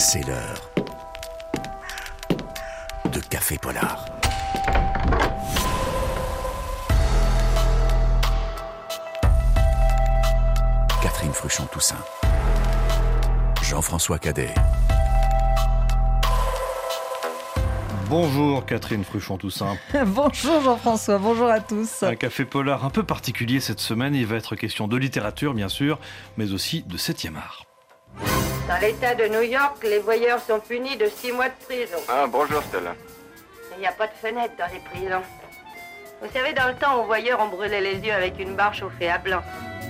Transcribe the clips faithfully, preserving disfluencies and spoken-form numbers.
C'est l'heure de Café Polar. Catherine Fruchon-Toussaint, Jean-François Cadet. Bonjour Catherine Fruchon-Toussaint. Bonjour Jean-François, bonjour à tous. Un café polar un peu particulier cette semaine, il va être question de littérature bien sûr, mais aussi de septième art. Dans l'État de New York, les voyeurs sont punis de six mois de prison. Ah, bonjour Stella. Il n'y a pas de fenêtre dans les prisons. Vous savez, dans le temps, aux voyeurs, on brûlait les yeux avec une barre chauffée à blanc.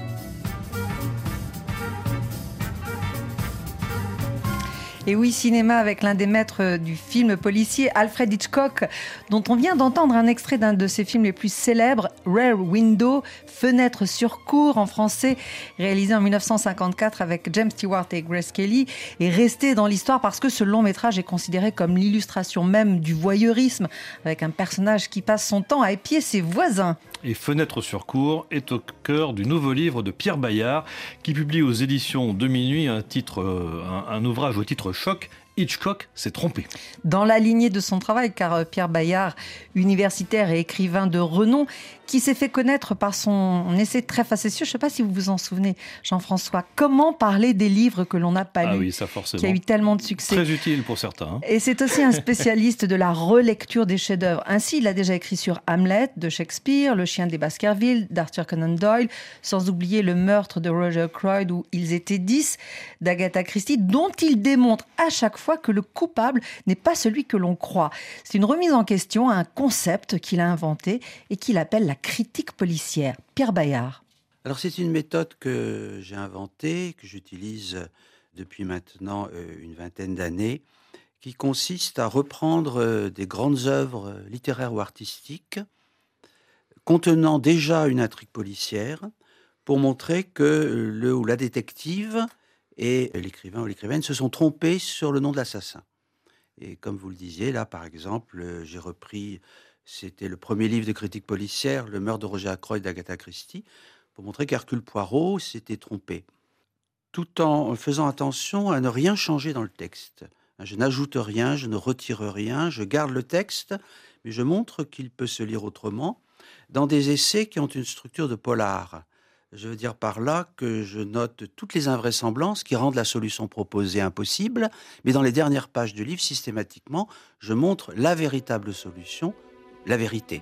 Et oui, cinéma avec l'un des maîtres du film policier, Alfred Hitchcock, dont on vient d'entendre un extrait d'un de ses films les plus célèbres, Rear Window, Fenêtre sur cour en français, réalisé en dix-neuf cent cinquante-quatre avec James Stewart et Grace Kelly, est resté dans l'histoire parce que ce long métrage est considéré comme l'illustration même du voyeurisme, avec un personnage qui passe son temps à épier ses voisins. Et Fenêtre sur cour est au cœur du nouveau livre de Pierre Bayard, qui publie aux éditions de Minuit un, titre, un, un ouvrage au titre choc. Hitchcock s'est trompé. Dans la lignée de son travail, car Pierre Bayard, universitaire et écrivain de renom, qui s'est fait connaître par son essai très facétieux, je ne sais pas si vous vous en souvenez, Jean-François, Comment parler des livres que l'on n'a pas lus, ah oui, ça forcément. Qui a eu tellement de succès. Très utile pour certains. Hein. Et c'est aussi un spécialiste de la relecture des chefs-d'œuvre. Ainsi, il a déjà écrit sur Hamlet de Shakespeare, Le chien des Baskerville d'Arthur Conan Doyle, sans oublier Le meurtre de Roger Croyd ou Ils étaient dix d'Agatha Christie, dont il démontre à chaque fois que le coupable n'est pas celui que l'on croit. C'est une remise en question à un concept qu'il a inventé et qu'il appelle la critique policière. Pierre Bayard. Alors c'est une méthode que j'ai inventée, que j'utilise depuis maintenant une vingtaine d'années, qui consiste à reprendre des grandes œuvres littéraires ou artistiques contenant déjà une intrigue policière pour montrer que le ou la détective et l'écrivain ou l'écrivaine se sont trompés sur le nom de l'assassin. Et comme vous le disiez, là par exemple, j'ai repris, c'était le premier livre de critique policière, Le meurtre de Roger Ackroyd d'Agatha Christie, pour montrer qu'Hercule Poirot s'était trompé, tout en faisant attention à ne rien changer dans le texte. Je n'ajoute rien, je ne retire rien, je garde le texte, mais je montre qu'il peut se lire autrement, dans des essais qui ont une structure de polar. Je veux dire par là que je note toutes les invraisemblances qui rendent la solution proposée impossible, mais dans les dernières pages du livre, systématiquement, je montre la véritable solution, la vérité.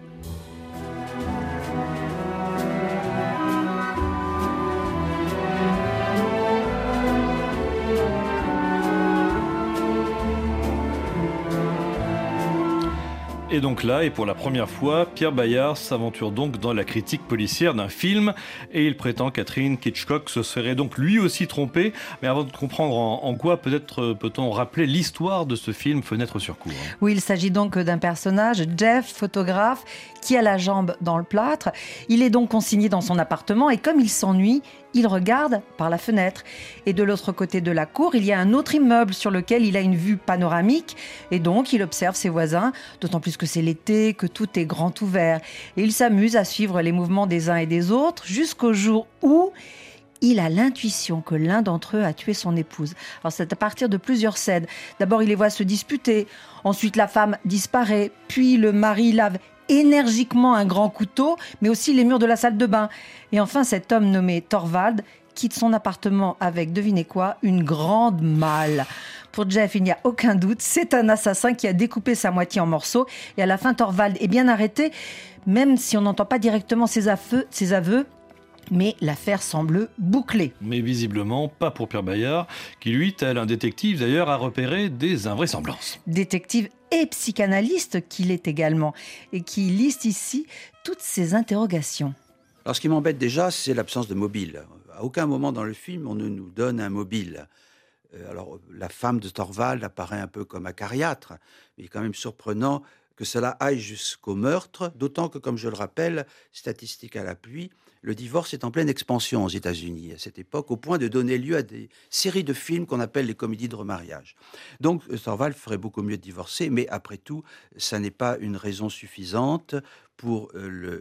Et donc là, et pour la première fois, Pierre Bayard s'aventure donc dans la critique policière d'un film et il prétend, Catherine, qu'Hitchcock se serait donc lui aussi trompé. Mais avant de comprendre en, en quoi, peut-être peut-on rappeler l'histoire de ce film Fenêtre sur cour. Oui, il s'agit donc d'un personnage, Jeff, photographe, qui a la jambe dans le plâtre. Il est donc consigné dans son appartement et comme il s'ennuie, il regarde par la fenêtre. Et de l'autre côté de la cour, il y a un autre immeuble sur lequel il a une vue panoramique. Et donc, il observe ses voisins, d'autant plus que c'est l'été, que tout est grand ouvert. Et il s'amuse à suivre les mouvements des uns et des autres jusqu'au jour où il a l'intuition que l'un d'entre eux a tué son épouse. Alors, c'est à partir de plusieurs scènes. D'abord, il les voit se disputer. Ensuite, la femme disparaît. Puis, le mari lave énergiquement un grand couteau, mais aussi les murs de la salle de bain. Et enfin, cet homme nommé Thorvald quitte son appartement avec, devinez quoi, une grande malle. Pour Jeff, il n'y a aucun doute, c'est un assassin qui a découpé sa moitié en morceaux. Et à la fin, Thorvald est bien arrêté, même si on n'entend pas directement ses aveux, ses aveux. Mais l'affaire semble bouclée. Mais visiblement pas pour Pierre Bayard, qui lui, tel un détective d'ailleurs, a repéré des invraisemblances. Détective et psychanalyste qu'il est également, et qui liste ici toutes ses interrogations. Alors ce qui m'embête déjà, c'est l'absence de mobile. À aucun moment dans le film, on ne nous donne un mobile. Alors la femme de Thorvald apparaît un peu comme acariâtre, mais il est quand même surprenant que cela aille jusqu'au meurtre, d'autant que, comme je le rappelle, statistique à l'appui, le divorce est en pleine expansion aux États-Unis à cette époque, au point de donner lieu à des séries de films qu'on appelle les comédies de remariage. Donc Thorvald ferait beaucoup mieux de divorcer, mais après tout, ça n'est pas une raison suffisante pour euh, le,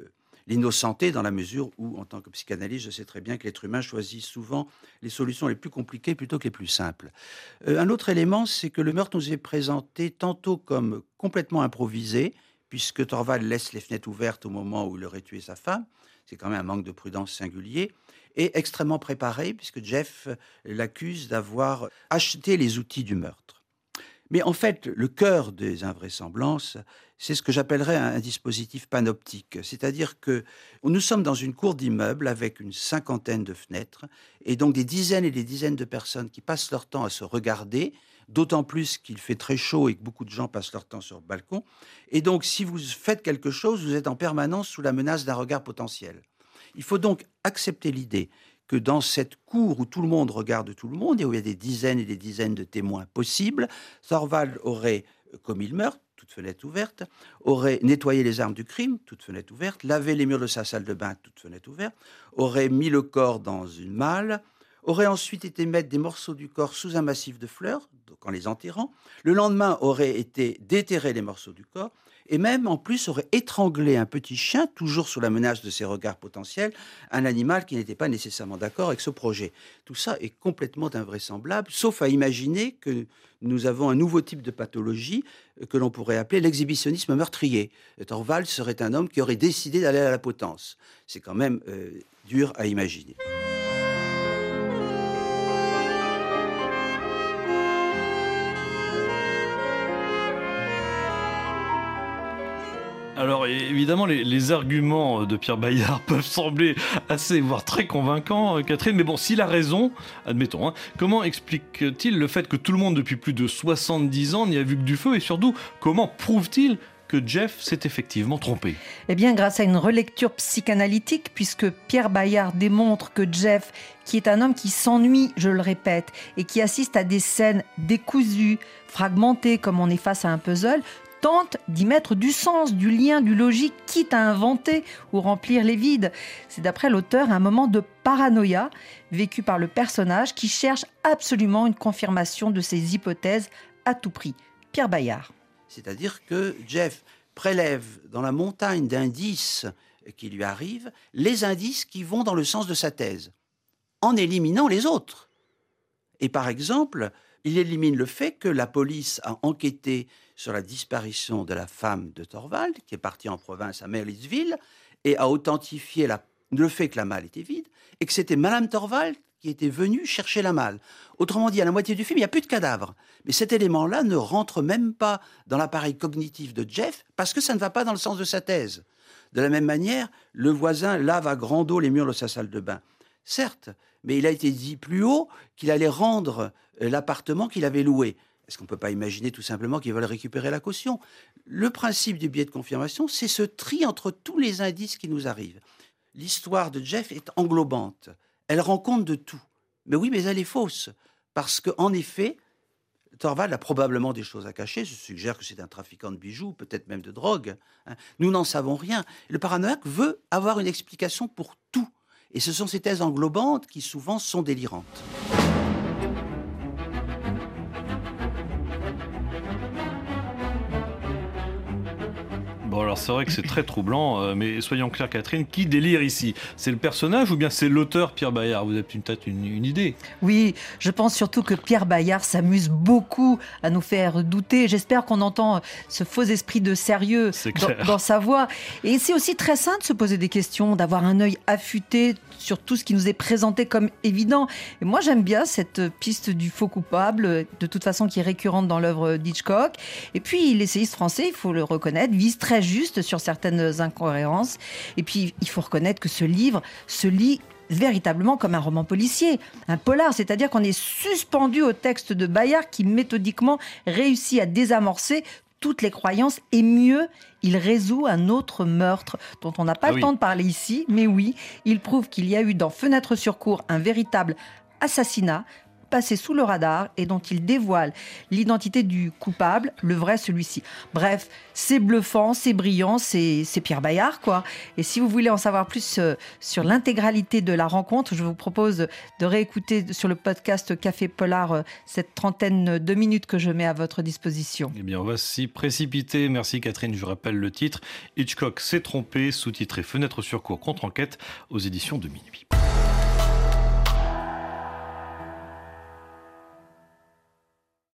l'innocenter dans la mesure où, en tant que psychanalyste, je sais très bien que l'être humain choisit souvent les solutions les plus compliquées plutôt que les plus simples. Euh, un autre élément, c'est que le meurtre nous est présenté tantôt comme complètement improvisé, puisque Torvald laisse les fenêtres ouvertes au moment où il aurait tué sa femme. C'est quand même un manque de prudence singulier. Et extrêmement préparé, puisque Jeff l'accuse d'avoir acheté les outils du meurtre. Mais en fait, le cœur des invraisemblances, c'est ce que j'appellerais un dispositif panoptique. C'est-à-dire que nous sommes dans une cour d'immeuble avec une cinquantaine de fenêtres, et donc des dizaines et des dizaines de personnes qui passent leur temps à se regarder, d'autant plus qu'il fait très chaud et que beaucoup de gens passent leur temps sur le balcon. Et donc, si vous faites quelque chose, vous êtes en permanence sous la menace d'un regard potentiel. Il faut donc accepter l'idée que dans cette cour où tout le monde regarde tout le monde et où il y a des dizaines et des dizaines de témoins possibles, Torvald aurait commis le meurtre, toute fenêtre ouverte, aurait nettoyé les armes du crime, toute fenêtre ouverte, lavé les murs de sa salle de bain, toute fenêtre ouverte, aurait mis le corps dans une malle, aurait ensuite été mettre des morceaux du corps sous un massif de fleurs, donc en les enterrant. Le lendemain aurait été déterrer les morceaux du corps, et même en plus aurait étranglé un petit chien, toujours sous la menace de ses regards potentiels, un animal qui n'était pas nécessairement d'accord avec ce projet. Tout ça est complètement invraisemblable, sauf à imaginer que nous avons un nouveau type de pathologie que l'on pourrait appeler l'exhibitionnisme meurtrier. Torvald serait un homme qui aurait décidé d'aller à la potence. C'est quand même euh, dur à imaginer. Alors évidemment, les, les arguments de Pierre Bayard peuvent sembler assez, voire très convaincants, Catherine, mais bon, s'il a raison, admettons, hein, comment explique-t-il le fait que tout le monde depuis plus de soixante-dix ans n'y a vu que du feu, et surtout, comment prouve-t-il que Jeff s'est effectivement trompé? Eh bien, grâce à une relecture psychanalytique, puisque Pierre Bayard démontre que Jeff, qui est un homme qui s'ennuie, je le répète, et qui assiste à des scènes décousues, fragmentées, comme on est face à un puzzle, tente d'y mettre du sens, du lien, du logique, quitte à inventer ou remplir les vides. C'est d'après l'auteur un moment de paranoïa vécu par le personnage qui cherche absolument une confirmation de ses hypothèses à tout prix. Pierre Bayard. C'est-à-dire que Jeff prélève dans la montagne d'indices qui lui arrivent les indices qui vont dans le sens de sa thèse, en éliminant les autres. Et par exemple, il élimine le fait que la police a enquêté sur la disparition de la femme de Torvald, qui est partie en province à Merlisville, et a authentifié la, le fait que la malle était vide, et que c'était Madame Torvald qui était venue chercher la malle. Autrement dit, à la moitié du film, il n'y a plus de cadavre. Mais cet élément-là ne rentre même pas dans l'appareil cognitif de Jeff, parce que ça ne va pas dans le sens de sa thèse. De la même manière, le voisin lave à grande eau les murs de sa salle de bain. Certes, mais il a été dit plus haut qu'il allait rendre l'appartement qu'il avait loué. Est-ce qu'on ne peut pas imaginer tout simplement qu'ils veulent récupérer la caution? Le principe du biais de confirmation, c'est ce tri entre tous les indices qui nous arrivent. L'histoire de Jeff est englobante. Elle rend compte de tout. Mais oui, mais elle est fausse. Parce qu'en effet, Torvald a probablement des choses à cacher. Je suggère que c'est un trafiquant de bijoux, peut-être même de drogue. Nous n'en savons rien. Le paranoïaque veut avoir une explication pour tout. Et ce sont ces thèses englobantes qui souvent sont délirantes. Bon, alors c'est vrai que c'est très troublant, euh, mais soyons clairs, Catherine, qui délire ici? C'est le personnage ou bien c'est l'auteur Pierre Bayard? Vous avez peut-être une, une idée? Oui, je pense surtout que Pierre Bayard s'amuse beaucoup à nous faire douter. J'espère qu'on entend ce faux esprit de sérieux dans, dans sa voix. Et c'est aussi très sain de se poser des questions, d'avoir un œil affûté sur tout ce qui nous est présenté comme évident. Et moi, j'aime bien cette piste du faux coupable, de toute façon qui est récurrente dans l'œuvre d'Hitchcock. Et puis, l'essayiste français, il faut le reconnaître, vise très juste sur certaines incohérences. Et puis, il faut reconnaître que ce livre se lit véritablement comme un roman policier, un polar, c'est-à-dire qu'on est suspendu au texte de Bayard qui méthodiquement réussit à désamorcer toutes les croyances et mieux, il résout un autre meurtre dont on n'a pas ah le oui. temps de parler ici, mais oui, il prouve qu'il y a eu dans Fenêtre sur cour un véritable assassinat passer sous le radar et dont il dévoile l'identité du coupable, le vrai celui-ci. Bref, c'est bluffant, c'est brillant, c'est, c'est Pierre Bayard, quoi. Et si vous voulez en savoir plus euh, sur l'intégralité de la rencontre, je vous propose de réécouter sur le podcast Café Polar euh, cette trentaine de minutes que je mets à votre disposition. Eh bien, on va s'y précipiter. Merci Catherine, je rappelle le titre. Hitchcock s'est trompé, sous-titré Fenêtre sur cour contre enquête aux éditions de Minuit.